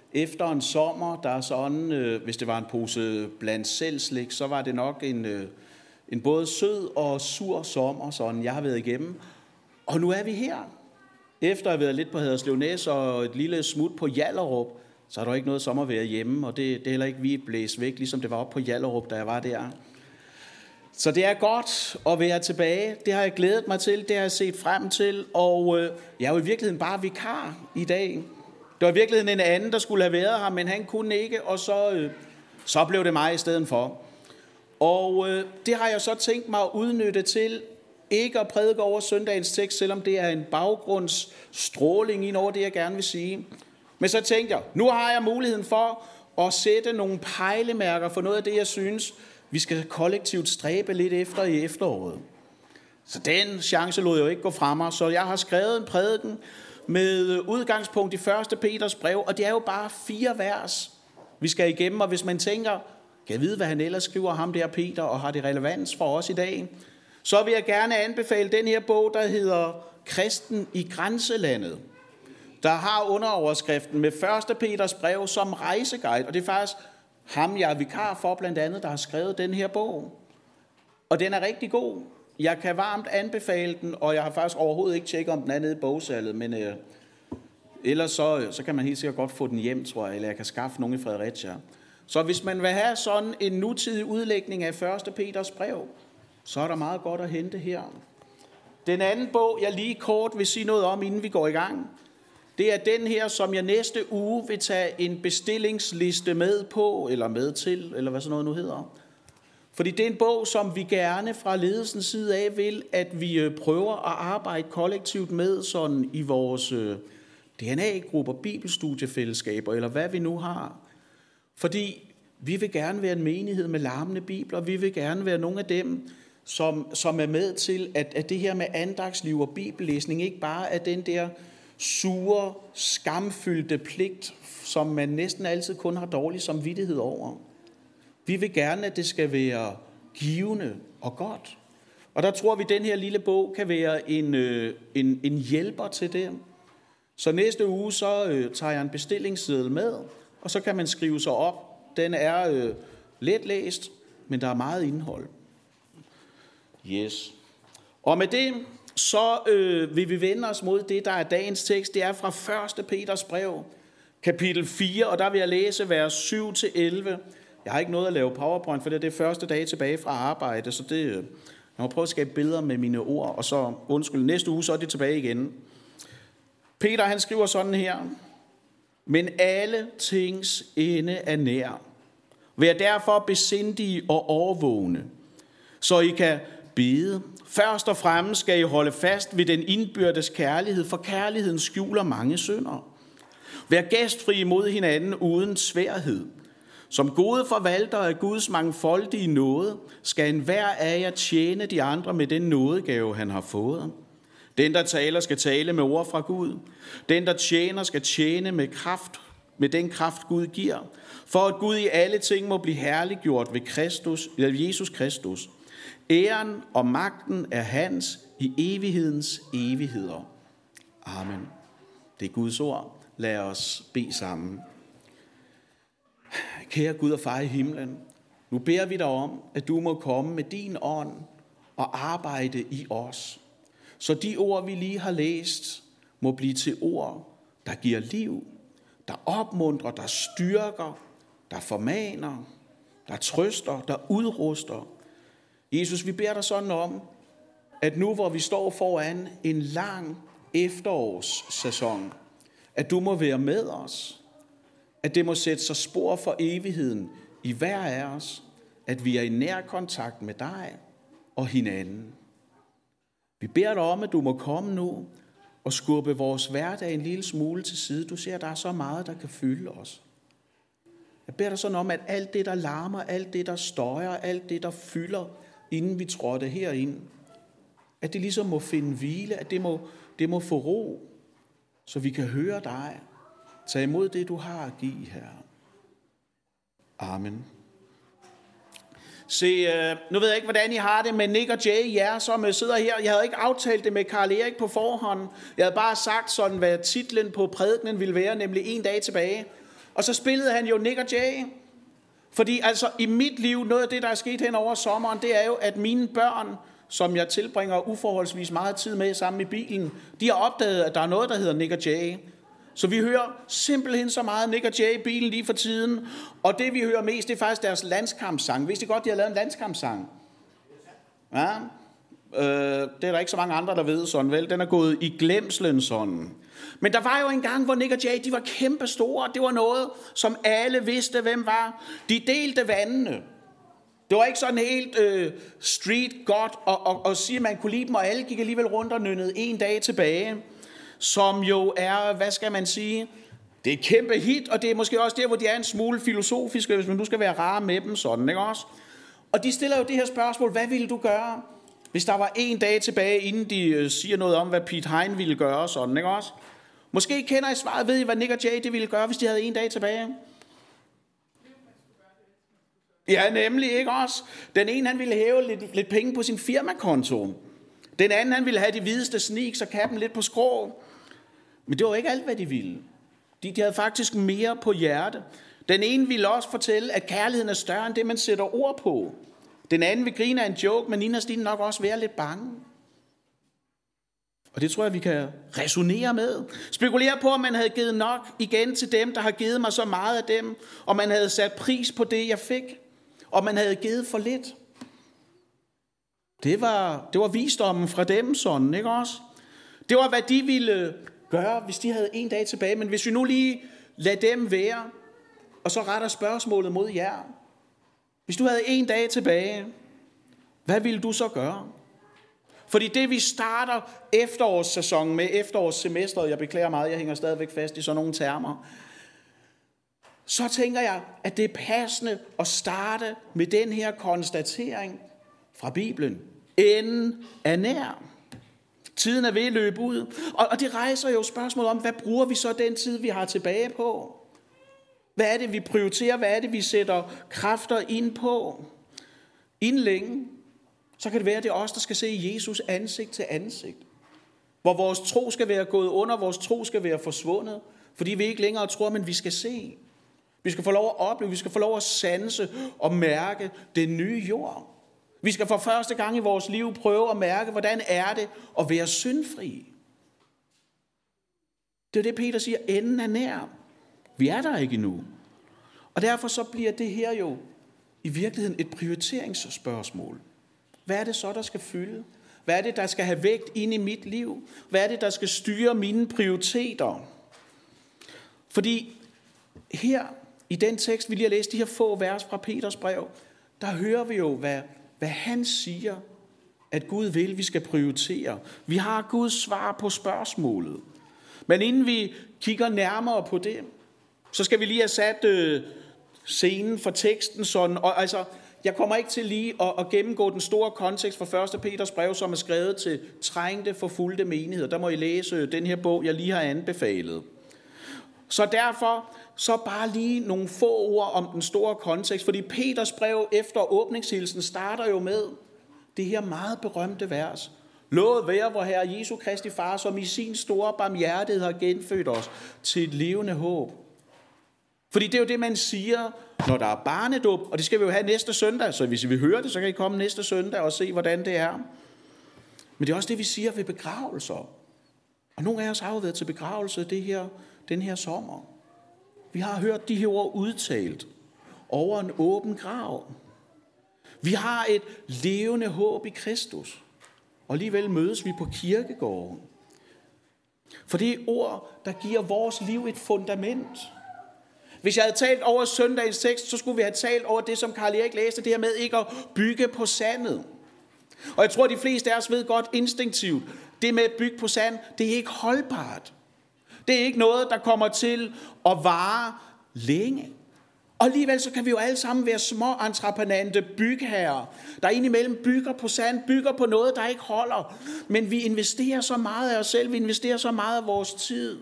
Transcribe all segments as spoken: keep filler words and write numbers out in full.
efter en sommer, der er sådan, øh, hvis det var en pose blandt selv slik, så var det nok en, øh, en både sød og sur sommer, sådan jeg har været igennem. Og nu er vi her. Efter at have været lidt på Haderslev Næs og et lille smut på Hjallerup, så er der ikke noget sommervejr hjemme, og det, det er heller ikke vi blæst væk, ligesom det var oppe på Hjallerup, da jeg var der. Så det er godt at være tilbage. Det har jeg glædet mig til, det har jeg set frem til, og øh, jeg er jo i virkeligheden bare vikar i dag. Det var i virkeligheden en anden, der skulle have været her, men han kunne ikke, og så, øh, så blev det mig i stedet for. Og øh, det har jeg så tænkt mig at udnytte til, ikke at prædike over søndagens tekst, selvom det er en baggrundsstråling i over det, jeg gerne vil sige. Men så tænkte jeg, nu har jeg muligheden for at sætte nogle pejlemærker for noget af det, jeg synes, vi skal kollektivt stræbe lidt efter i efteråret. Så den chance lod jeg jo ikke gå fra mig, så jeg har skrevet en prædiken med udgangspunkt i første Peters brev, og det er jo bare fire vers, vi skal igennem, og hvis man tænker, kan jeg vide, hvad han ellers skriver, ham der Peter, og har det relevans for os i dag, så vil jeg gerne anbefale den her bog, der hedder Kristen i grænselandet, der har underoverskriften med første Peters brev som rejseguide, og det er faktisk ham, jeg er vikar for blandt andet, der har skrevet den her bog. Og den er rigtig god. Jeg kan varmt anbefale den, og jeg har faktisk overhovedet ikke tjekket, om den er nede i bogsalget, men øh, ellers så, så kan man helt sikkert godt få den hjem, tror jeg, eller jeg kan skaffe nogen i Fredericia. Så hvis man vil have sådan en nutidig udlægning af første Peters brev, så er der meget godt at hente her. Den anden bog, jeg lige kort vil sige noget om, inden vi går i gang, det er den her, som jeg næste uge vil tage en bestillingsliste med på, eller med til, eller hvad sådan noget nu hedder. Fordi det er en bog, som vi gerne fra ledelsens side af vil, at vi prøver at arbejde kollektivt med sådan i vores D N A-grupper, bibelstudiefællesskaber, eller hvad vi nu har. Fordi vi vil gerne være en menighed med larmende bibler, vi vil gerne være nogle af dem, som, som er med til, at, at det her med andagsliv og bibellæsning ikke bare er den der sure, skamfyldte pligt, som man næsten altid kun har dårlig samvittighed over. Vi vil gerne, at det skal være givende og godt. Og der tror vi, at den her lille bog kan være en, en, en hjælper til det. Så næste uge, så øh, tager jeg en bestillingsseddel med, og så kan man skrive sig op. Den er øh, let læst, men der er meget indhold. Yes. Og med det, så øh, vil vi vende os mod det, der er dagens tekst. Det er fra første Peters brev, kapitel fire, og der vil jeg læse vers syv til elleve. Jeg har ikke noget at lave PowerPoint, for det er det første dag tilbage fra arbejde, så det, jeg må prøve at skabe billeder med mine ord, og så undskyld, næste uge, så er det tilbage igen. Peter, han skriver sådan her: Men alle tings ende er nær. Vær derfor besindige og overvågne, så I kan bede. Først og fremmest skal I holde fast ved den indbyrdes kærlighed, for kærligheden skjuler mange synder. Vær gæstfri mod hinanden uden sværhed. Som gode forvaltere af Guds mangfoldige nåde, skal enhver af jer tjene de andre med den nådegave, han har fået. Den, der taler, skal tale med ord fra Gud. Den, der tjener, skal tjene med kraft, med den kraft, Gud giver. For at Gud i alle ting må blive herliggjort ved Kristus, eller Jesus Kristus. Æren og magten er hans i evighedens evigheder. Amen. Det er Guds ord. Lad os bede sammen. Kære Gud og far i himlen, nu beder vi dig om, at du må komme med din ånd og arbejde i os. Så de ord, vi lige har læst, må blive til ord, der giver liv, der opmuntrer, der styrker, der formaner, der trøster, der udruster. Jesus, vi beder dig sådan om, at nu hvor vi står foran en lang efterårssæson, at du må være med os, at det må sætte sig spor for evigheden i hver af os, at vi er i nær kontakt med dig og hinanden. Vi beder dig om, at du må komme nu og skubbe vores hverdag en lille smule til side. Du ser, at der er så meget, der kan fylde os. Jeg beder dig sådan om, at alt det, der larmer, alt det, der støjer, alt det, der fylder, inden vi trådte herind, at det ligesom må finde hvile, at det må, det må få ro, så vi kan høre dig. Tag imod det, du har at give, Herre. Amen. Se, nu ved jeg ikke, hvordan I har det med Nick og Jay, jer som sidder her. Jeg havde ikke aftalt det med Karl Erik på forhånd. Jeg havde bare sagt sådan, hvad titlen på prædikenen ville være, nemlig en dag tilbage. Og så spillede han jo Nik og Jay. Fordi altså i mit liv, noget af det, der er sket hen over sommeren, det er jo, at mine børn, som jeg tilbringer uforholdsvis meget tid med sammen i bilen, de har opdaget, at der er noget, der hedder Nik og Jay. Så vi hører simpelthen så meget Nik og Jay i bilen lige for tiden. Og det vi hører mest, det er faktisk deres landskampssang. Vidste I godt, de har lavet en landskampssang? Ja, øh, det er der ikke så mange andre, der ved sådan vel. Den er gået i glemslen sådan. Men der var jo en gang, hvor Nik og Jay, de var kæmpe store. Det var noget, som alle vidste, hvem var. De delte vandene. Det var ikke sådan helt øh, street godt at, at, at sige, at man kunne lide dem, og alle gik alligevel rundt og nynnede en dag tilbage. Som jo er, hvad skal man sige, det er et kæmpe hit, og det er måske også der, hvor de er en smule filosofiske, hvis man nu skal være rar med dem sådan, ikke også? Og de stiller jo det her spørgsmål, hvad ville du gøre, hvis der var en dag tilbage, inden de siger noget om, hvad Piet Hein ville gøre sådan, ikke også? Måske kender I svaret, ved I, hvad Nik og Jay det ville gøre, hvis de havde en dag tilbage? Ja, nemlig, ikke også? Den ene, han ville hæve lidt, lidt penge på sin firmakonto. Den anden, han ville have de hvideste sneaks og kappen lidt på skrå. Men det var ikke alt, hvad de ville. De, de havde faktisk mere på hjerte. Den ene ville også fortælle, at kærligheden er større end det, man sætter ord på. Den anden vil grine af en joke, men inderst inde nok også være lidt bange. Og det tror jeg, vi kan resonere med. Spekulere på, om man havde givet nok igen til dem, der har givet mig så meget af dem. Og man havde sat pris på det, jeg fik. Og man havde givet for lidt. Det var, det var visdommen fra dem sådan, ikke også? Det var, hvad de ville gøre, hvis de havde en dag tilbage. Men hvis vi nu lige lader dem være, og så retter spørgsmålet mod jer. Hvis du havde en dag tilbage, hvad ville du så gøre? Fordi det, vi starter efterårssæsonen med, efterårssemesteret, jeg beklager meget, jeg hænger stadigvæk fast i sådan nogle termer, så tænker jeg, at det er passende at starte med den her konstatering fra Bibelen. Enden er nær. Tiden er ved at løbe ud. Og, og det rejser jo spørgsmål om, hvad bruger vi så den tid, vi har tilbage på? Hvad er det, vi prioriterer? Hvad er det, vi sætter kræfter ind på? Inden længe, så kan det være, at det er os, der skal se Jesus ansigt til ansigt. Hvor vores tro skal være gået under, vores tro skal være forsvundet. Fordi vi ikke længere tror, men vi skal se. Vi skal få lov at opleve, vi skal få lov at sanse og mærke den nye jord. Vi skal for første gang i vores liv prøve at mærke, hvordan er det at være syndfri. Det er det, Peter siger, enden er nær. Vi er der ikke endnu. Og derfor så bliver det her jo i virkeligheden et prioriteringsspørgsmål. Hvad er det så, der skal fylde? Hvad er det, der skal have vægt ind i mit liv? Hvad er det, der skal styre mine prioriteter? Fordi her i den tekst, vi lige har læst, de her få vers fra Peters brev, der hører vi jo, hvad, hvad han siger, at Gud vil, vi skal prioritere. Vi har Guds svar på spørgsmålet. Men inden vi kigger nærmere på det, så skal vi lige have sat øh, scenen for teksten sådan. Og altså, jeg kommer ikke til lige at, at gennemgå den store kontekst for første Peters brev, som er skrevet til trængte, forfulgte menigheder. Der må I læse den her bog, jeg lige har anbefalet. Så derfor så bare lige nogle få ord om den store kontekst, fordi Peters brev efter åbningshilsen starter jo med det her meget berømte vers. Lovet være vor Herre Jesu Kristi Far, som i sin store barmhjertighed har genfødt os til et levende håb. Fordi det er jo det, man siger, når der er barnedåb, og det skal vi jo have næste søndag, så hvis I vil høre det, så kan I komme næste søndag og se, hvordan det er. Men det er også det, vi siger ved begravelser. Og nogle af os har jo været til begravelse det her, den her sommer. Vi har hørt de her ord udtalt over en åben grav. Vi har et levende håb i Kristus. Og alligevel mødes vi på kirkegården. For det er ord, der giver vores liv et fundament. Hvis jeg havde talt over søndagens tekst, så skulle vi have talt over det, som Karl Erik læste, det her med ikke at bygge på sandet. Og jeg tror, de fleste af os ved godt instinktivt, det med at bygge på sand, det er ikke holdbart. Det er ikke noget, der kommer til at vare længe. Og alligevel så kan vi jo alle sammen være små entreprenante bygherrer, der indimellem bygger på sand, bygger på noget, der ikke holder. Men vi investerer så meget af os selv, vi investerer så meget af vores tid,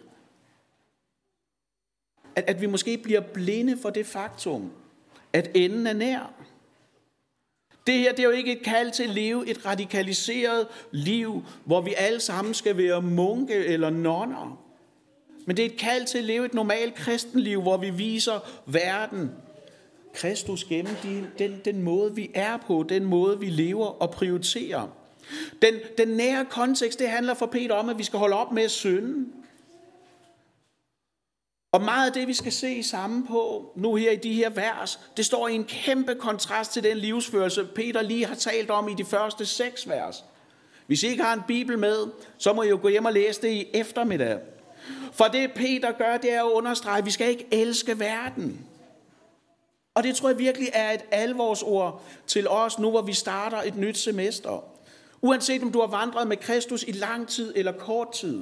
at, at vi måske bliver blinde for det faktum, at enden er nær. Det her, det er jo ikke et kald til at leve et radikaliseret liv, hvor vi alle sammen skal være munke eller nonner. Men det er et kald til at leve et normalt kristenliv, hvor vi viser verden Kristus gennem de, den, den måde, vi er på, den måde, vi lever og prioriterer. Den, den nære kontekst, det handler for Peter om, at vi skal holde op med at synde. Og meget af det, vi skal se sammen på nu her i de her vers, det står i en kæmpe kontrast til den livsførelse, Peter lige har talt om i de første seks vers. Hvis I ikke har en bibel med, så må I jo gå hjem og læse det i eftermiddag. For det Peter gør, det er at understrege, at vi skal ikke elske verden. Og det tror jeg virkelig er et alvorsord til os nu, hvor vi starter et nyt semester. Uanset om du har vandret med Kristus i lang tid eller kort tid.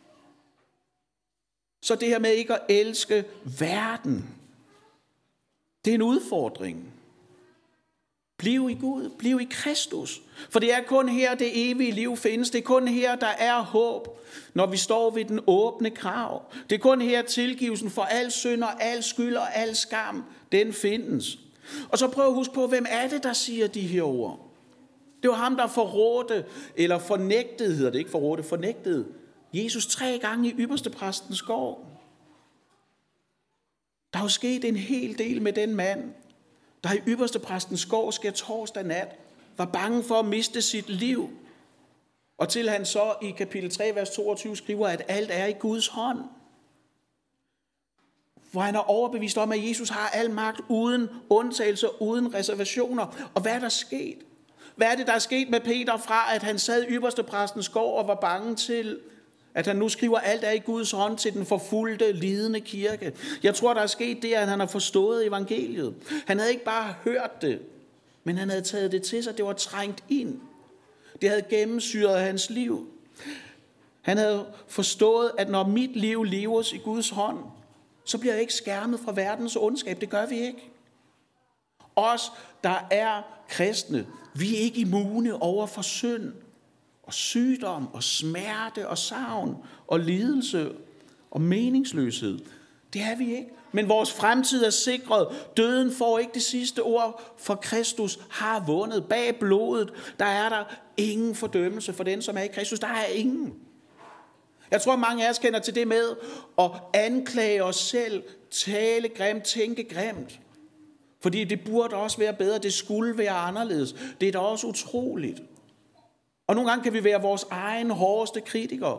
Så det her med ikke at elske verden, det er en udfordring. Bliv i Gud, bliv i Kristus. For det er kun her, det evige liv findes. Det er kun her, der er håb, når vi står ved den åbne grav. Det er kun her, tilgivelsen for al synd og al skyld og al skam, den findes. Og så prøv at huske på, hvem er det, der siger de her ord? Det var ham, der forrådte, eller fornægtede, hedder det ikke forrådte, fornægtede Jesus tre gange i ypperstepræstens gård. Der er jo sket en hel del med den mand, der i ypperstepræstens gård sker torsdag nat, var bange for at miste sit liv. Og til han så i kapitel tre, vers toogtyve skriver, at alt er i Guds hånd. Hvor han er overbevist om, at Jesus har al magt uden undtagelser, uden reservationer. Og hvad er der sket? Hvad er det, der er sket med Peter fra, at han sad i ypperstepræstens gård og var bange til, at han nu skriver, alt er i Guds hånd til den forfulgte, lidende kirke? Jeg tror, der er sket det, at han har forstået evangeliet. Han havde ikke bare hørt det, men han havde taget det til sig. Det var trængt ind. Det havde gennemsyret hans liv. Han havde forstået, at når mit liv leves i Guds hånd, så bliver jeg ikke skærmet fra verdens ondskab. Det gør vi ikke. Os, der er kristne, vi er ikke immune over for synd og sygdom og smerte og savn og lidelse og meningsløshed. Det er vi ikke. Men vores fremtid er sikret. Døden får ikke det sidste ord, for Kristus har vundet. Bag blodet, der er der ingen fordømmelse for den, som er i Kristus. Der er ingen. Jeg tror, mange af os kender til det med at anklage os selv, tale grimt, tænke grimt. Fordi det burde også være bedre, det skulle være anderledes. Det er da også utroligt. Og nogle gange kan vi være vores egen hårdeste kritikere.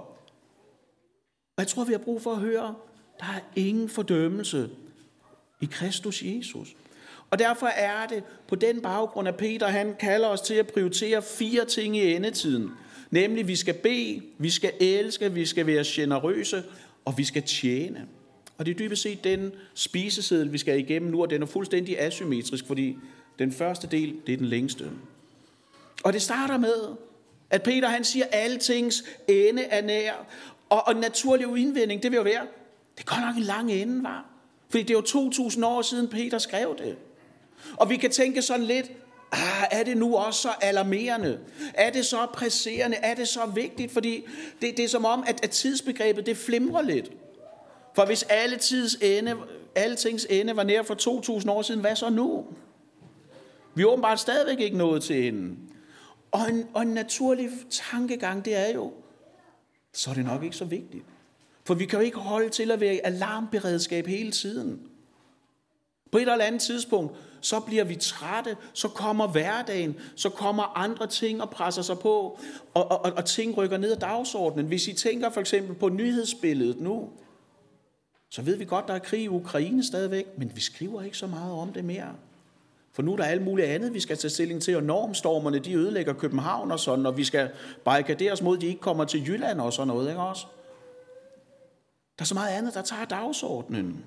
Og jeg tror, vi har brug for at høre, der er ingen fordømmelse i Kristus Jesus. Og derfor er det på den baggrund, at Peter han kalder os til at prioritere fire ting i endetiden. Nemlig, vi skal bede, vi skal elske, vi skal være generøse, og vi skal tjene. Og det er dybest set den spiseseddel, vi skal igennem nu, og den er fuldstændig asymmetrisk, fordi den første del, det er den længste. Og det starter med, at Peter han siger, at altings ende er nær. Og, og naturlig indvending, det vil jo være, det går nok en lang ende, var. Fordi det er jo to tusind år siden, Peter skrev det. Og vi kan tænke sådan lidt, ah, er det nu også så alarmerende? Er det så presserende? Er det så vigtigt? Fordi det, det er som om, at, at tidsbegrebet, det flimrer lidt. For hvis alle tids ende, altings ende var nær for to tusind år siden, hvad så nu? Vi er åbenbart stadigvæk ikke nået til enden. Og en, og en naturlig tankegang, det er jo, så er det nok ikke så vigtigt. For vi kan jo ikke holde til at være i alarmberedskab hele tiden. På et eller andet tidspunkt, så bliver vi trætte, så kommer hverdagen, så kommer andre ting og presser sig på, og, og, og ting rykker ned ad dagsordenen. Hvis I tænker for eksempel på nyhedsbilledet nu, så ved vi godt, der er krig i Ukraine stadigvæk, men vi skriver ikke så meget om det mere. For nu er der alt muligt andet, vi skal tage stilling til, og normstormerne, de ødelægger København og sådan, og vi skal barrikaderes mod, de ikke kommer til Jylland og sådan noget, ikke også? Der er så meget andet, der tager dagsordenen.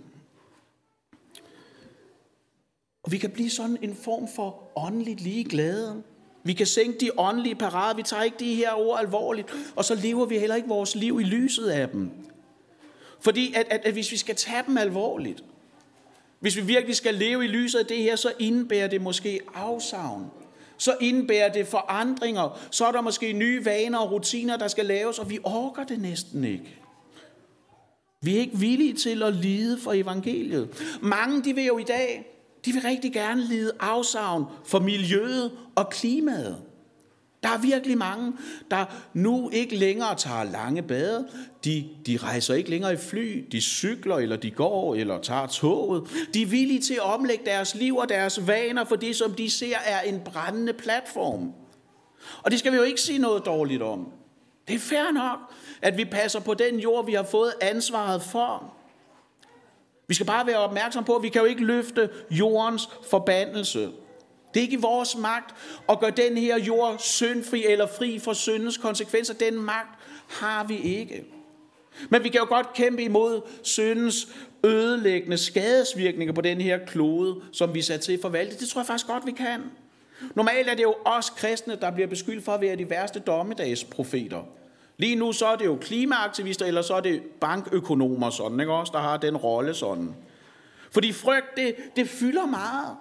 Og vi kan blive sådan en form for åndeligt ligeglade. Vi kan sænke de åndelige parader, vi tager ikke de her ord alvorligt, og så lever vi heller ikke vores liv i lyset af dem. Fordi at, at, at hvis vi skal tage dem alvorligt, hvis vi virkelig skal leve i lyset af det her, så indebærer det måske afsavn. Så indebærer det forandringer. Så er der måske nye vaner og rutiner, der skal laves, og vi orker det næsten ikke. Vi er ikke villige til at lide for evangeliet. Mange, de vil jo i dag, de vil rigtig gerne lide afsavn for miljøet og klimaet. Der er virkelig mange, der nu ikke længere tager lange bade. De, de rejser ikke længere i fly, de cykler, eller de går, eller tager toget. De er villige til at omlægge deres liv og deres vaner for det, som de ser er en brændende platform. Og det skal vi jo ikke sige noget dårligt om. Det er fair nok, at vi passer på den jord, vi har fået ansvaret for. Vi skal bare være opmærksom på, at vi kan jo ikke løfte jordens forbandelse. Det er ikke i vores magt at gøre den her jord syndfri eller fri for syndens konsekvenser. Den magt har vi ikke. Men vi kan jo godt kæmpe imod syndens ødelæggende skadesvirkninger på den her klode, som vi er sat til at forvalte. Det tror jeg faktisk godt, vi kan. Normalt er det jo os kristne, der bliver beskyldt for at være de værste dommedagsprofeter. Lige nu så er det jo klimaaktivister, eller så er det bankøkonomer, sådan, ikke også, der har den rolle sådan. Fordi frygt, det, det fylder meget.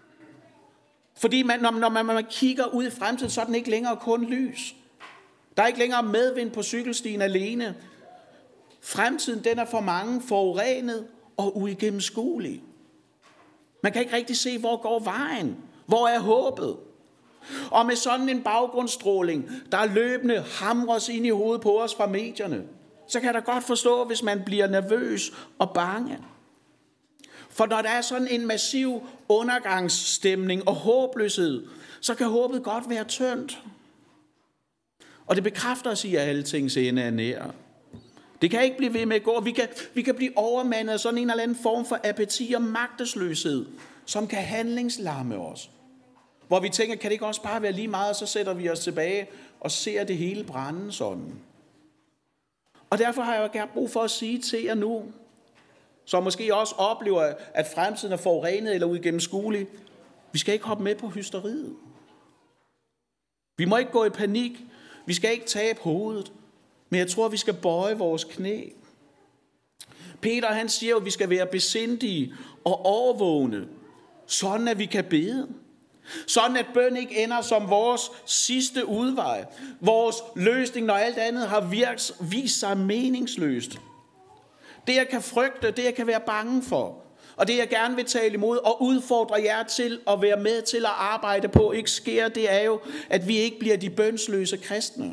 Fordi man, når, når man, man kigger ud i fremtiden, så er den ikke længere kun lys. Der er ikke længere medvind på cykelstien alene. Fremtiden, den er for mange forurenet og uigennemskuelig. Man kan ikke rigtig se, hvor går vejen. Hvor er håbet? Og med sådan en baggrundsstråling, der løbende hamres ind i hovedet på os fra medierne, så kan jeg da godt forstå, hvis man bliver nervøs og bange. For når der er sådan en massiv undergangsstemning og håbløshed, så kan håbet godt være tyndt. Og det bekræfter os i, at alle tings ende er nær. Det kan ikke blive ved med at gå. Vi kan, vi kan blive overmandet af sådan en eller anden form for apati og magtesløshed, som kan handlingslamme os. Hvor vi tænker, kan det ikke også bare være lige meget, og så sætter vi os tilbage og ser det hele brænde sådan. Og derfor har jeg jo gerne brug for at sige til jer nu, som måske også oplever, at fremtiden er forurenet eller uigennemskuelig, vi skal ikke hoppe med på hysteriet. Vi må ikke gå i panik. Vi skal ikke tabe hovedet. Men jeg tror, vi skal bøje vores knæ. Peter han siger jo, at vi skal være besindige og overvågne, sådan at vi kan bede. Sådan at bøn ikke ender som vores sidste udvej. Vores løsning, når alt andet har virks, vist sig meningsløst. Det jeg kan frygte, det jeg kan være bange for, og det jeg gerne vil tale imod og udfordre jer til at være med til at arbejde på, ikke sker, det er jo, at vi ikke bliver de bønsløse kristne.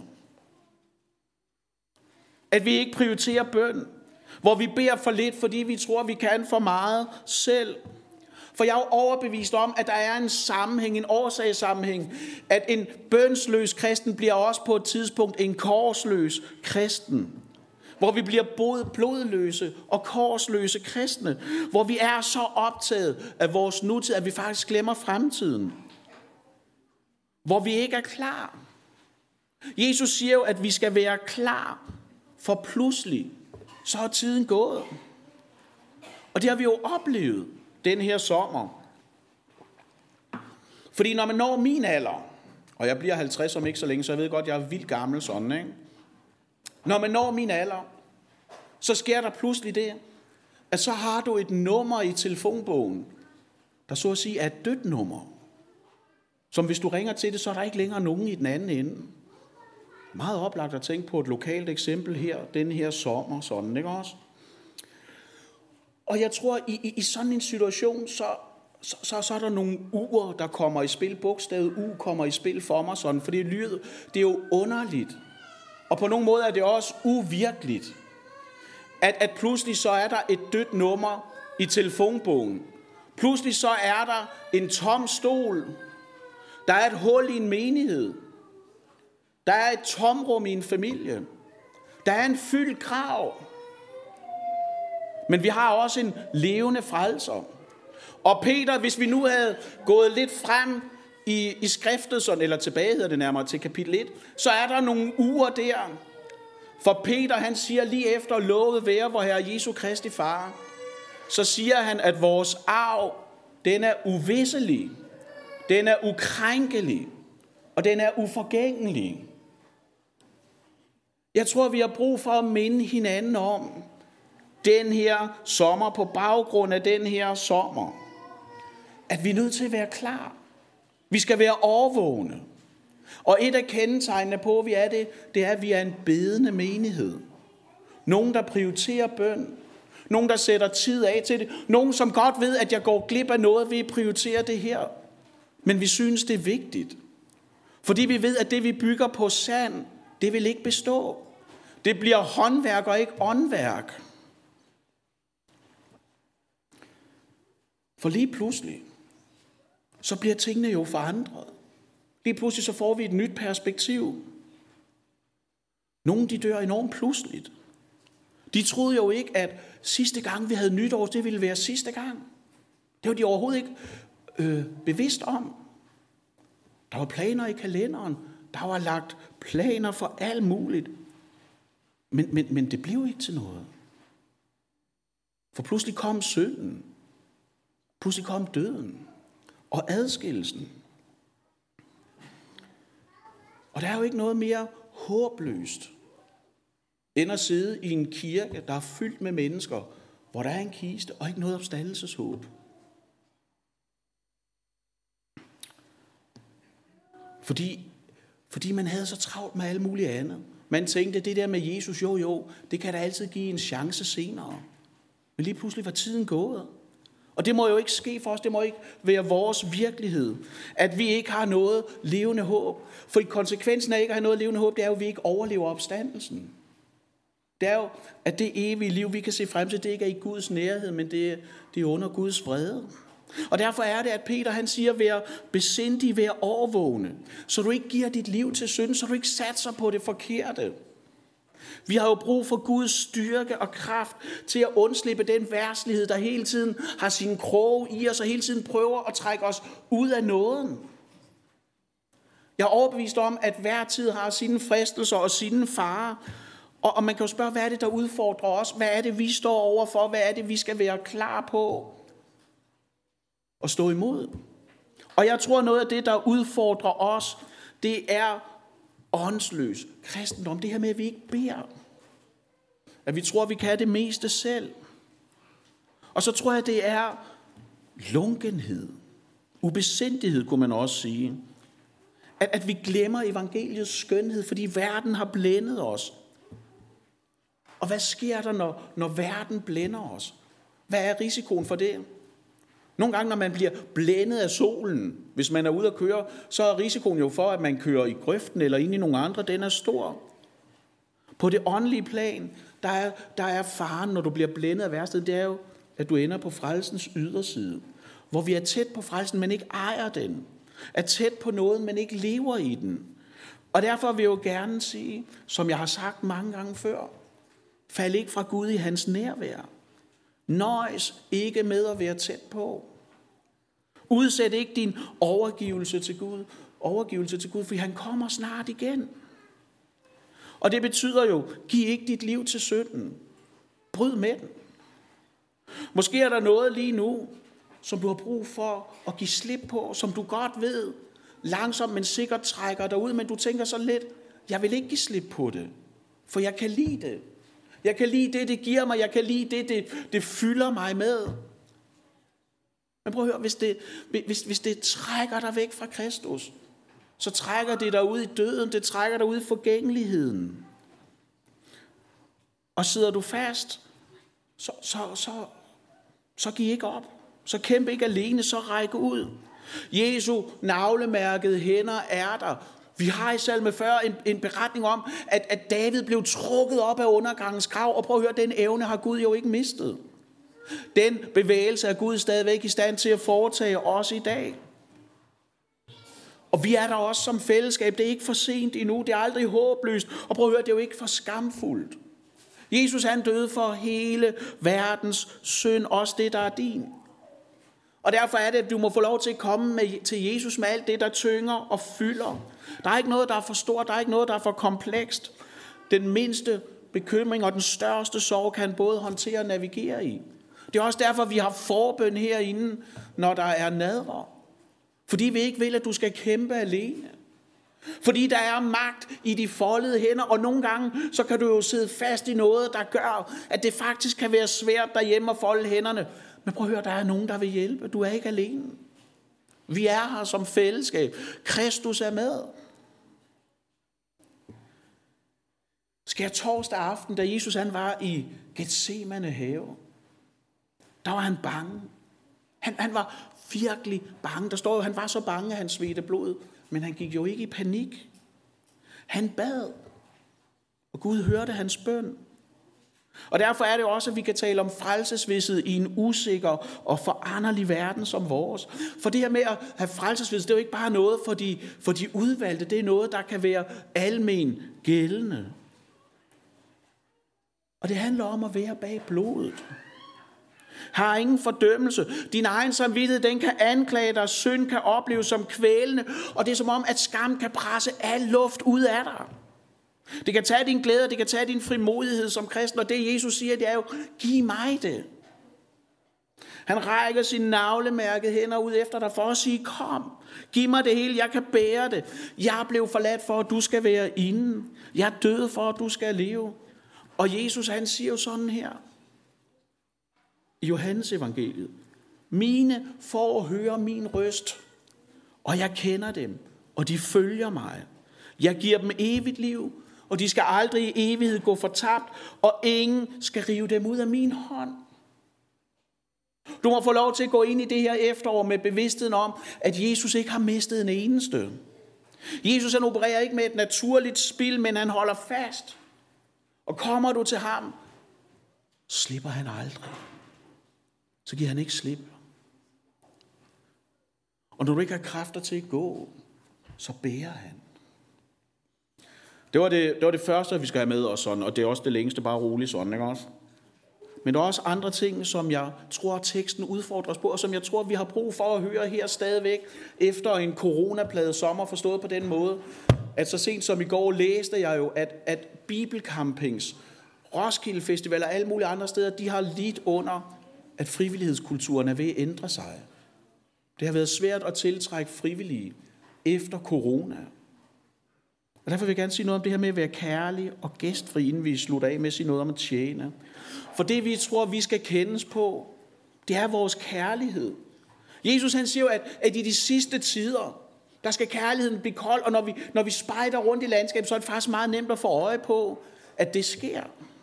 At vi ikke prioriterer bøn, hvor vi beder for lidt, fordi vi tror, vi kan for meget selv. For jeg er jo overbevist om, at der er en sammenhæng, en årsagssammenhæng, at en bønsløs kristen bliver også på et tidspunkt en korsløs kristen. Hvor vi bliver både blodløse og korsløse kristne. Hvor vi er så optaget af vores nutid, at vi faktisk glemmer fremtiden. Hvor vi ikke er klar. Jesus siger jo, at vi skal være klar, for pludselig så er tiden gået. Og det har vi jo oplevet den her sommer. Fordi når man når min alder, og jeg bliver halvtreds om ikke så længe, så jeg ved godt, at jeg er vildt gammel sådan, ikke? Når man når min alder, så sker der pludselig det, at så har du et nummer i telefonbogen, der så at sige er et dødt nummer. Som hvis du ringer til det, så er der ikke længere nogen i den anden ende. Meget oplagt at tænke på et lokalt eksempel her, den her sommer, sådan, ikke også? Og jeg tror, i, i, i sådan en situation, så, så, så, så er der nogle uger, der kommer i spil. Bogstavet U kommer i spil for mig sådan, for det lyder, det er jo underligt. Og på nogle måder er det også uvirkeligt, at, at pludselig så er der et dødt nummer i telefonbogen. Pludselig så er der en tom stol. Der er et hul i en menighed. Der er et tomrum i en familie. Der er en fyldt grav. Men vi har også en levende frelser. Og Peter, hvis vi nu havde gået lidt frem i, i skriftet, sådan, eller tilbage hedder det nærmere til kapitel et, så er der nogle uger der. For Peter, han siger lige efter lovet være vor Herre Jesu Kristi far, så siger han, at vores arv, den er uvisselig, den er ukrænkelig, og den er uforgængelig. Jeg tror, vi har brug for at minde hinanden om den her sommer, på baggrund af den her sommer, at vi er nødt til at være klar. Vi skal være overvågne. Og et af kendetegnene på, at vi er det, det er, at vi er en bedende menighed. Nogen, der prioriterer bøn. Nogen, der sætter tid af til det. Nogen, som godt ved, at jeg går glip af noget ved at prioritere det her. Men vi synes, det er vigtigt. Fordi vi ved, at det vi bygger på sand, det vil ikke bestå. Det bliver håndværk og ikke åndværk. For lige pludselig, så bliver tingene jo forandret. Lige pludselig så får vi et nyt perspektiv. Nogle de dør enormt pludseligt. De troede jo ikke, at sidste gang vi havde nytår, det ville være sidste gang. Det var de overhovedet ikke øh, bevidst om. Der var planer i kalenderen. Der var lagt planer for alt muligt. Men, men, men det blev ikke til noget. For pludselig kom synden. Pludselig kom døden. Og adskillelsen. Og der er jo ikke noget mere håbløst, end at sidde i en kirke, der er fyldt med mennesker, hvor der er en kiste og ikke noget opstandelseshåb. Fordi, fordi man havde så travlt med alt muligt andet. Man tænkte, det der med Jesus, jo jo, det kan da altid give en chance senere. Men lige pludselig var tiden gået. Og det må jo ikke ske for os, det må ikke være vores virkelighed, at vi ikke har noget levende håb. For konsekvensen af ikke at have noget levende håb, det er jo, at vi ikke overlever opstandelsen. Det er jo, at det evige liv, vi kan se frem til, det ikke er i Guds nærhed, men det er, det er under Guds vrede. Og derfor er det, at Peter han siger, vær besindig, vær overvågne, så du ikke giver dit liv til synden, så du ikke satser på det forkerte. Vi har jo brug for Guds styrke og kraft til at undslippe den værslighed, der hele tiden har sin kroge i os, og hele tiden prøver at trække os ud af nåden. Jeg er overbevist om, at hver tid har sine fristelser og sine farer. Og man kan jo spørge, hvad er det, der udfordrer os? Hvad er det, vi står overfor? Hvad er det, vi skal være klar på at stå imod? Og jeg tror, noget af det, der udfordrer os, det er åndsløs kristendom. Det her med, at vi ikke beder. At vi tror, at vi kan det meste selv. Og så tror jeg, det er lunkenhed. Ubesindighed, kunne man også sige. At, at vi glemmer evangeliets skønhed, fordi verden har blændet os. Og hvad sker der, når, når verden blænder os? Hvad er risikoen for det? Nogle gange, når man bliver blændet af solen, hvis man er ude at køre, så er risikoen jo for, at man kører i grøften eller ind i nogle andre, den er stor. På det åndelige plan, der er, der er faren, når du bliver blændet af værsted, det er jo, at du ender på frelsens yderside, hvor vi er tæt på frelsen, men ikke ejer den. Er tæt på noget, men ikke lever i den. Og derfor vil jeg jo gerne sige, som jeg har sagt mange gange før, fald ikke fra Gud i hans nærvær. Nøjes ikke med at være tæt på. Udsæt ikke din overgivelse til Gud, overgivelse til Gud, for han kommer snart igen. Og det betyder jo, giv ikke dit liv til synden. Bryd med den. Måske er der noget lige nu, som du har brug for at give slip på, som du godt ved, langsomt men sikkert trækker dig ud, men du tænker så lidt, jeg vil ikke give slip på det, for jeg kan lide det. Jeg kan lide det, det giver mig. Jeg kan lide det, det, det fylder mig med. Men prøv at høre, hvis det, hvis, hvis det trækker dig væk fra Kristus, så trækker det dig ud i døden, det trækker dig ud i forgængeligheden. Og sidder du fast, så, så, så, så giv ikke op. Så kæmp ikke alene, så ræk ud. Jesu navlemærkede hænder er der. Vi har i salme fyrre en, en beretning om, at, at David blev trukket op af undergangens grav, og prøv at høre, den evne har Gud jo ikke mistet. Den bevægelse er Gud stadigvæk i stand til at foretage os i dag. Og vi er der også som fællesskab. Det er ikke for sent endnu, det er aldrig håbløst, og prøv at høre, det er jo ikke for skamfuldt. Jesus han døde for hele verdens synd, også det der er din. Og derfor er det, at du må få lov til at komme med, til Jesus med alt det, der tynger og fylder. Der er ikke noget, der er for stort, der er ikke noget, der er for komplekst. Den mindste bekymring og den største sorg kan både håndtere og navigere i. Det er også derfor, vi har forbøn herinde, når der er nadver. Fordi vi ikke vil, at du skal kæmpe alene. Fordi der er magt i de foldede hænder, og nogle gange, så kan du jo sidde fast i noget, der gør, at det faktisk kan være svært derhjemme at folde hænderne. Men prøv at høre, der er nogen, der vil hjælpe. Du er ikke alene. Vi er her som fællesskab. Kristus er med. Skær torsdag aften, da Jesus han var i Getsemane have, der var han bange. Han, han var virkelig bange. Der står jo, han var så bange, at han svedte blod Men han gik jo ikke i panik. Han bad, og Gud hørte hans bøn. Og derfor er det også, at vi kan tale om frelsesvished i en usikker og foranderlig verden som vores. For det her med at have frelsesvished, det er jo ikke bare noget for de, for de udvalgte. Det er noget, der kan være almen gældende. Og det handler om at være bag blodet. Har ingen fordømmelse. Din egen samvittighed, den kan anklage dig. Synd kan opleves som kvælende. Og det er som om, at skam kan presse al luft ud af dig. Det kan tage din glæde, det kan tage din frimodighed som kristen. Og det Jesus siger, det er jo, giv mig det. Han rækker sine navlemærkede hænder ud efter dig for at sige, kom, giv mig det hele, jeg kan bære det. Jeg blev forladt for, at du skal være inde. Jeg er død for, at du skal leve. Og Jesus, han siger jo sådan her i Johannes evangeliet. Mine får at høre min røst, og jeg kender dem, og de følger mig. Jeg giver dem evigt liv, og de skal aldrig i evighed gå fortabt, og ingen skal rive dem ud af min hånd. Du må få lov til at gå ind i det her efterår med bevidstheden om, at Jesus ikke har mistet en eneste. Jesus, han opererer ikke med et naturligt spil, men han holder fast. Og kommer du til ham, så slipper han aldrig. Så giver han ikke slip. Og når du ikke har kræfter til at gå, så bærer han. Det var det, det var det første, vi skal have med os sådan, og det er også det længste, bare roligt sådan, ikke også? Men der er også andre ting, som jeg tror, teksten udfordrer os på, og som jeg tror, vi har brug for at høre her stadigvæk, efter en coronaplaget sommer, forstået på den måde, at så sent som i går læste jeg jo, at, at bibelcampings, Roskilde Festival og alle mulige andre steder, de har lidt under, at frivillighedskulturen er ved at ændre sig. Det har været svært at tiltrække frivillige efter corona. Og derfor vil jeg gerne sige noget om det her med at være kærlig og gæstfri, inden vi slutter af med at sige noget om at tjene. For det, vi tror, vi skal kendes på, det er vores kærlighed. Jesus, han siger jo, at, at i de sidste tider, der skal kærligheden blive kold, og når vi, når vi spejder rundt i landskabet, så er det faktisk meget nemt at få øje på, at det sker.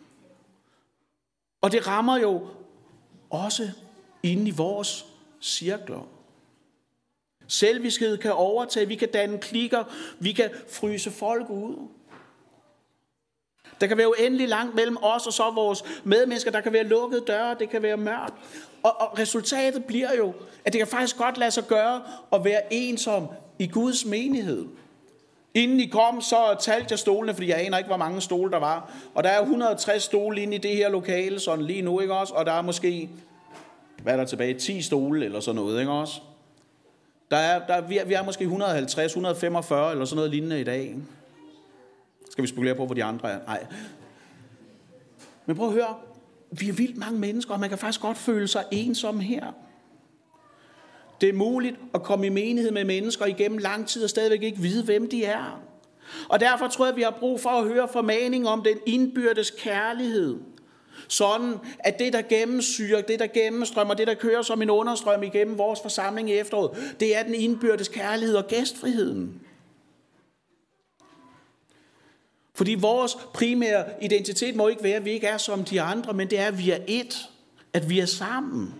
Og det rammer jo også inde i vores cirkler. Selviskhed kan overtage, vi kan danne klikker, vi kan fryse folk ud. Der kan være uendelig langt mellem os og så vores medmennesker, der kan være lukkede døre, det kan være mørkt. Og, og resultatet bliver jo, at det kan faktisk godt lade sig gøre at være ensom i Guds menighed. Inden I kom, så talte jeg stolene, fordi jeg aner ikke, hvor mange stole der var. Og der er et hundrede og tres stole inde i det her lokale, sådan lige nu, ikke også? Og der er måske, hvad er der tilbage, ti stole eller sådan noget, ikke også? Der er, der er, vi, er, vi er måske et hundrede og halvtreds, et hundrede og femogfyrre eller sådan noget lignende i dag. Skal vi spekulere på, hvor de andre er? Nej. Men prøv at høre, vi er vildt mange mennesker, og man kan faktisk godt føle sig ensom her. Det er muligt at komme i menighed med mennesker igennem lang tid og stadigvæk ikke vide, hvem de er. Og derfor tror jeg, at vi har brug for at høre formaning om den indbyrdes kærlighed. Sådan, at det, der gennemsyrer, det, der gennemstrømmer, det, der kører som en understrøm igennem vores forsamling i efteråret, det er den indbyrdes kærlighed og gæstfriheden. Fordi vores primære identitet må ikke være, at vi ikke er som de andre, men det er, at vi er ét, at vi er sammen.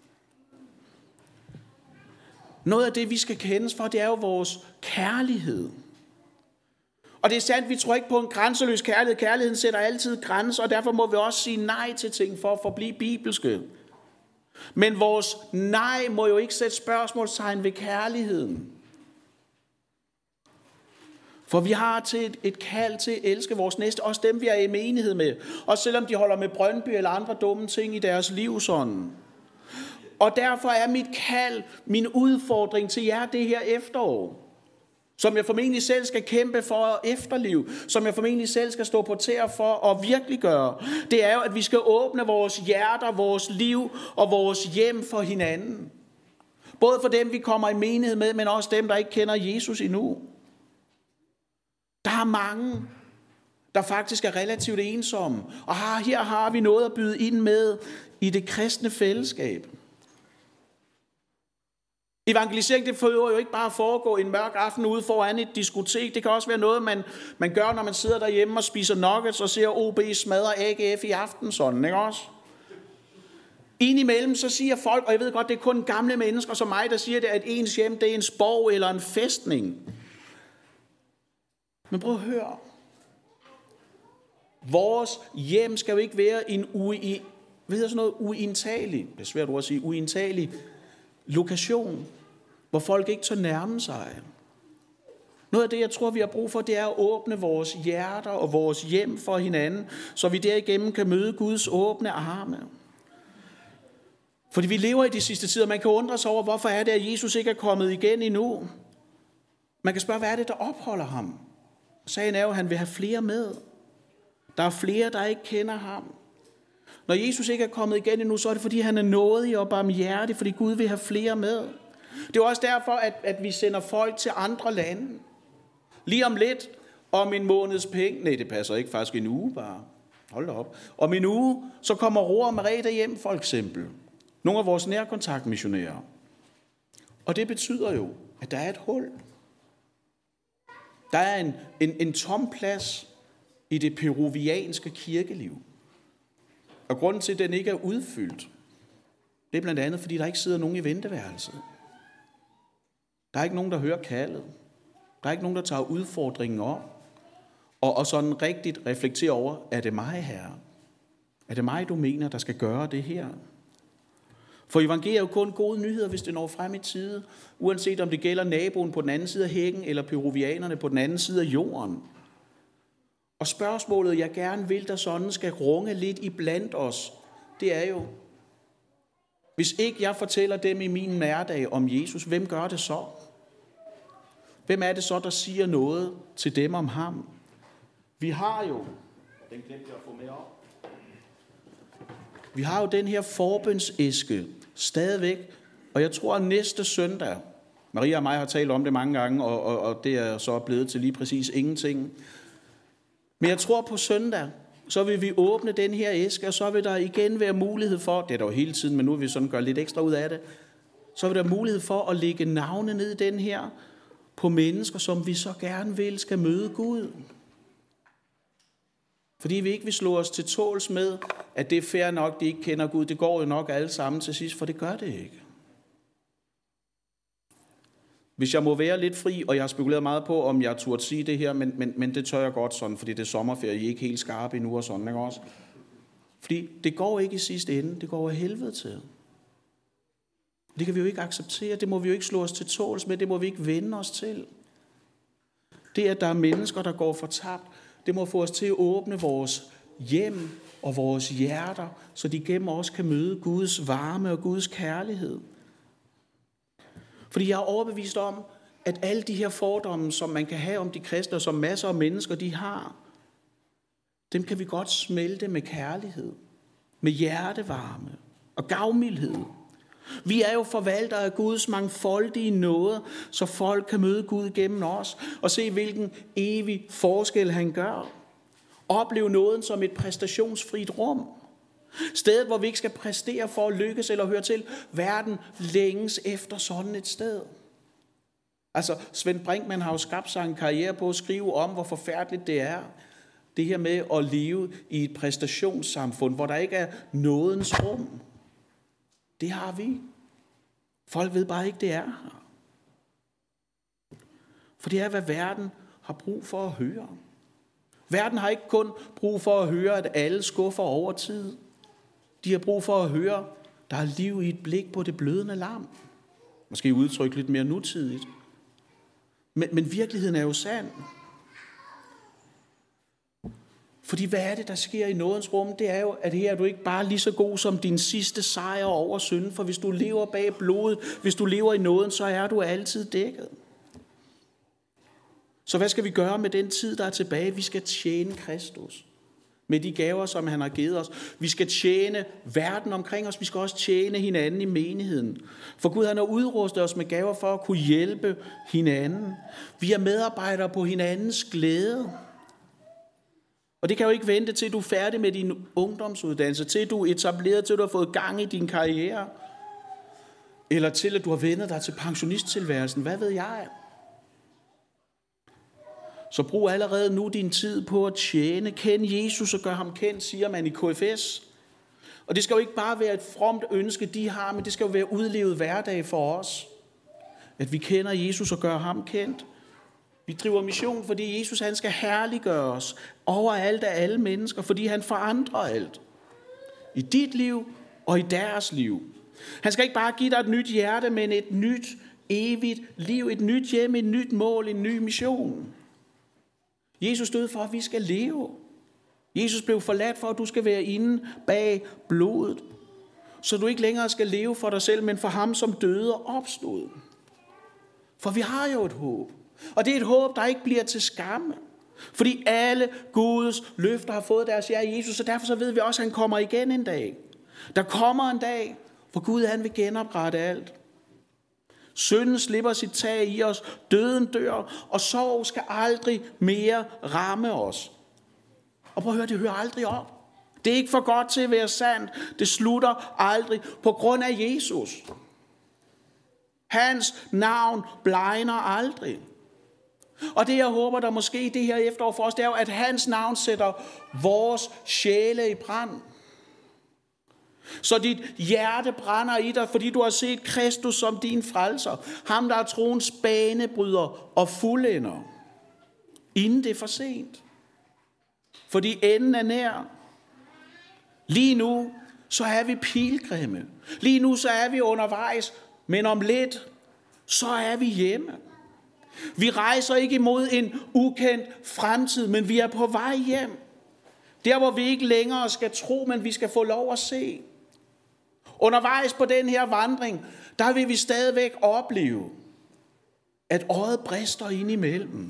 Noget af det, vi skal kendes for, det er jo vores kærlighed. Og det er sandt, vi tror ikke på en grænseløs kærlighed. Kærligheden sætter altid grænser, og derfor må vi også sige nej til ting for at forblive bibelske. Men vores nej må jo ikke sætte spørgsmålstegn ved kærligheden. For vi har til et, et kald til at elske vores næste, også dem vi er i menighed med. Også selvom de holder med Brøndby eller andre dumme ting i deres liv sådan. Og derfor er mit kald, min udfordring til jer det her efterår, som jeg formentlig selv skal kæmpe for at efterlive, som jeg formentlig selv skal stå på tæer for at virkeliggøre, det er jo, at vi skal åbne vores hjerter, vores liv og vores hjem for hinanden. Både for dem, vi kommer i menighed med, men også dem, der ikke kender Jesus endnu. Der er mange, der faktisk er relativt ensomme, og her har vi noget at byde ind med i det kristne fællesskab. Evangelisering, det får jo ikke bare at foregå en mørk aften ude foran et diskotek. Det kan også være noget, man, man gør, når man sidder derhjemme og spiser nuggets og ser O B smadre A G F i aften, sådan, ikke også? Indimellem så siger folk, og jeg ved godt, det er kun gamle mennesker som mig, der siger det, at ens hjem, det er en borg eller en fæstning. Men prøv at høre. Vores hjem skal jo ikke være en ui, hvad hedder sådan noget, uindtagelig, det er svært ord at sige, uindtagelig lokation, hvor folk ikke tør nærme sig. Noget af det, jeg tror, vi har brug for, det er at åbne vores hjerter og vores hjem for hinanden, så vi derigennem kan møde Guds åbne arme. Fordi vi lever i de sidste tider. Man kan undre sig over, hvorfor er det, at Jesus ikke er kommet igen endnu. Man kan spørge, hvad er det, der opholder ham? Sagen er jo, at han vil have flere med. Der er flere, der ikke kender ham. Når Jesus ikke er kommet igen endnu, så er det, fordi han er nådig og barmhjertig, fordi Gud vil have flere med. Det er også derfor, at, at vi sender folk til andre lande. Lige om lidt, om en måneds penge. Nej, det passer ikke, faktisk en uge bare. Hold da op. Om en uge, så kommer Roar og Merete hjem, for eksempel. Nogle af vores nærkontaktmissionærer. Og det betyder jo, at der er et hul. Der er en, en, en tom plads i det peruvianske kirkeliv. Og grunden til, at den ikke er udfyldt, det er blandt andet, fordi der ikke sidder nogen i venteværelset. Der er ikke nogen, der hører kaldet. Der er ikke nogen, der tager udfordringen op. Og, og sådan rigtigt reflekterer over, er det mig, Herre? Er det mig, du mener, der skal gøre det her? For evangeliet er jo kun gode nyheder, hvis det når frem i tide. Uanset om det gælder naboen på den anden side af hækken, eller peruvianerne på den anden side af jorden. Og spørgsmålet, jeg gerne vil, der sådan skal runge lidt i blandt os, det er jo, hvis ikke jeg fortæller dem i min hverdag om Jesus, hvem gør det så? Hvem er det så, der siger noget til dem om ham? Vi har jo, den glemte jeg at få med op. Vi har jo den her forbønsæske stadigvæk, og jeg tror, at næste søndag, Maria og mig har talt om det mange gange, og, og, og det er så blevet til lige præcis ingenting. Men jeg tror på søndag, så vil vi åbne den her æske, og så vil der igen være mulighed for, det er der jo hele tiden, men nu vil vi sådan gøre lidt ekstra ud af det, så vil der mulighed for at lægge navne ned i den her på mennesker, som vi så gerne vil skal møde Gud. Fordi vi ikke vil slå os til tåls med, at det er fair nok, de ikke kender Gud. Det går jo nok alle sammen til sidst, for det gør det ikke. Hvis jeg må være lidt fri, og jeg har spekuleret meget på, om jeg turde sige det her, men, men, men det tør jeg godt sådan, fordi det er sommerferie, I er ikke helt skarpe endnu og sådan, ikke også? Fordi det går ikke i sidste ende, det går af helvede til. Det kan vi jo ikke acceptere, det må vi jo ikke slå os til tåls med, det må vi ikke vende os til. Det, at der er mennesker, der går fortabt, det må få os til at åbne vores hjem og vores hjerter, så de gennem os kan møde Guds varme og Guds kærlighed. Fordi jeg er overbevist om, at alle de her fordomme, som man kan have om de kristne, og som masser af mennesker de har, dem kan vi godt smelte med kærlighed, med hjertevarme og gavmildhed. Vi er jo forvaltere af Guds mangfoldige nåde, så folk kan møde Gud gennem os og se, hvilken evig forskel han gør. Opleve nåden som et præstationsfrit rum. Stedet, hvor vi ikke skal præstere for at lykkes eller høre til. Verden længes efter sådan et sted. Altså, Svend Brinkmann har jo skabt sig en karriere på at skrive om, hvor forfærdeligt det er. Det her med at leve i et præstationssamfund, hvor der ikke er nådens rum. Det har vi. Folk ved bare ikke, det er her. For det er, hvad verden har brug for at høre. Verden har ikke kun brug for at høre, at alle skuffer over tid. De har brug for at høre, der er liv i et blik på det blødende lam. Måske udtrykt lidt mere nutidigt. Men, men virkeligheden er jo sand. Fordi hvad er det, der sker i nådens rum? Det er jo, at her er du ikke bare lige så god som din sidste sejr over synden. For hvis du lever bag blodet, hvis du lever i nåden, så er du altid dækket. Så hvad skal vi gøre med den tid, der er tilbage? Vi skal tjene Kristus med de gaver, som han har givet os. Vi skal tjene verden omkring os. Vi skal også tjene hinanden i menigheden. For Gud han har udrustet os med gaver for at kunne hjælpe hinanden. Vi er medarbejdere på hinandens glæde. Og det kan jo ikke vente til, du er færdig med din ungdomsuddannelse, til du er etableret, til du har fået gang i din karriere, eller til at du har vendt dig til pensionisttilværelsen. Hvad ved jeg? Så brug allerede nu din tid på at tjene. Kend Jesus og gør ham kendt, siger man i K F S. Og det skal jo ikke bare være et fromt ønske, de har, men det skal jo være udlevet hverdag for os. At vi kender Jesus og gør ham kendt. Vi driver mission, fordi Jesus han skal herliggøre os overalt af alle mennesker, fordi han forandrer alt. I dit liv og i deres liv. Han skal ikke bare give dig et nyt hjerte, men et nyt, evigt liv, et nyt hjem, et nyt mål, en ny mission. Jesus døde for, at vi skal leve. Jesus blev forladt for, at du skal være inde bag blodet. Så du ikke længere skal leve for dig selv, men for ham, som døde og opstod. For vi har jo et håb. Og det er et håb, der ikke bliver til skamme. Fordi alle Guds løfter har fået deres ja i Jesus, og derfor så ved vi også, at han kommer igen en dag. Der kommer en dag, hvor Gud han vil genoprette alt. Synden slipper sit tag i os, døden dør, og sorg skal aldrig mere ramme os. Og prøv at høre, det hører aldrig op. Det er ikke for godt til at være sandt. Det slutter aldrig på grund af Jesus. Hans navn blegner aldrig. Og det jeg håber, der måske det her efterår for os, det er jo, at hans navn sætter vores sjæle i brand. Så dit hjerte brænder i dig, fordi du har set Kristus som din frelser. Ham, der er troens banebryder og fuldender. Inden det er for sent. Fordi enden er nær. Lige nu, så er vi pilgrimme. Lige nu, så er vi undervejs. Men om lidt, så er vi hjemme. Vi rejser ikke imod en ukendt fremtid, men vi er på vej hjem. Der, hvor vi ikke længere skal tro, men vi skal få lov at se. Undervejs på den her vandring, der vil vi stadigvæk opleve, at øjet brister ind imellem.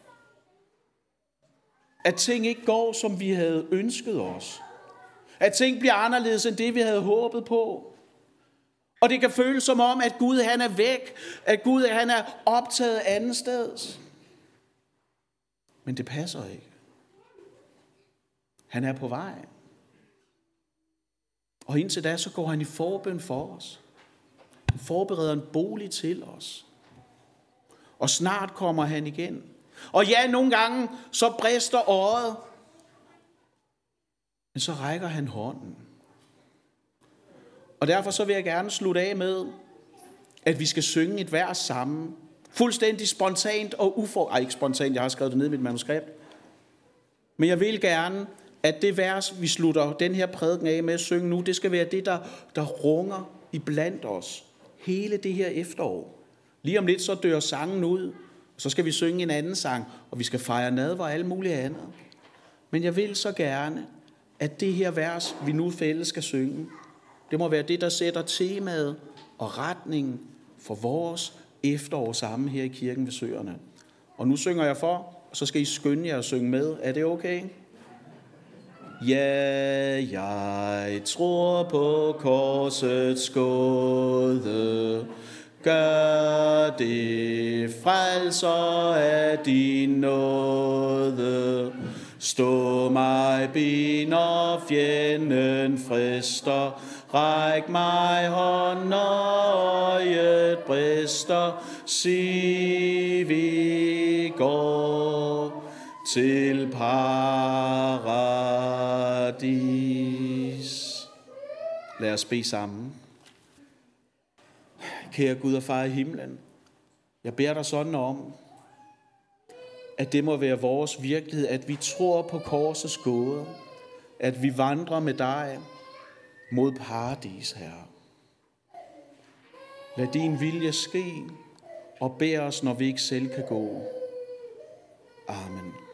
At ting ikke går, som vi havde ønsket os. At ting bliver anderledes end det, vi havde håbet på. Og det kan føles som om, at Gud han er væk. At Gud han er optaget andet steds. Men det passer ikke. Han er på vej. Og indtil da, så går han i forbøn for os. Han forbereder en bolig til os. Og snart kommer han igen. Og ja, nogle gange, så brister øjet. Men så rækker han hånden. Og derfor så vil jeg gerne slutte af med, at vi skal synge et vers sammen. Fuldstændig spontant og ufor... Ej, ikke spontant, jeg har skrevet det ned i mit manuskript. Men jeg vil gerne, at det vers, vi slutter den her prædiken af med at synge nu, det skal være det, der, der runger iblandt os. Hele det her efterår. Lige om lidt, så dør sangen ud. Og så skal vi synge en anden sang, og vi skal fejre nadver og alt muligt andet. Men jeg vil så gerne, at det her vers, vi nu fælles skal synge, det må være det, der sætter temaet og retningen for vores efterår sammen her i kirken ved Søerne. Og nu synger jeg for, og så skal I skynde jer at synge med. Er det okay? Ja, jeg tror på korsets gåde. Gør det, frelser af din nåde. Stå mig bi, når fjenden frister. Ræk mig hånd, når øjet brister. Sig, vi går til paradis. Lad os bede sammen. Kære Gud og Far i himlen, jeg beder dig sådan om, at det må være vores virkelighed, at vi tror på korsets gåde, at vi vandrer med dig mod paradis, Herre. Lad din vilje ske, og bær os, når vi ikke selv kan gå. Amen.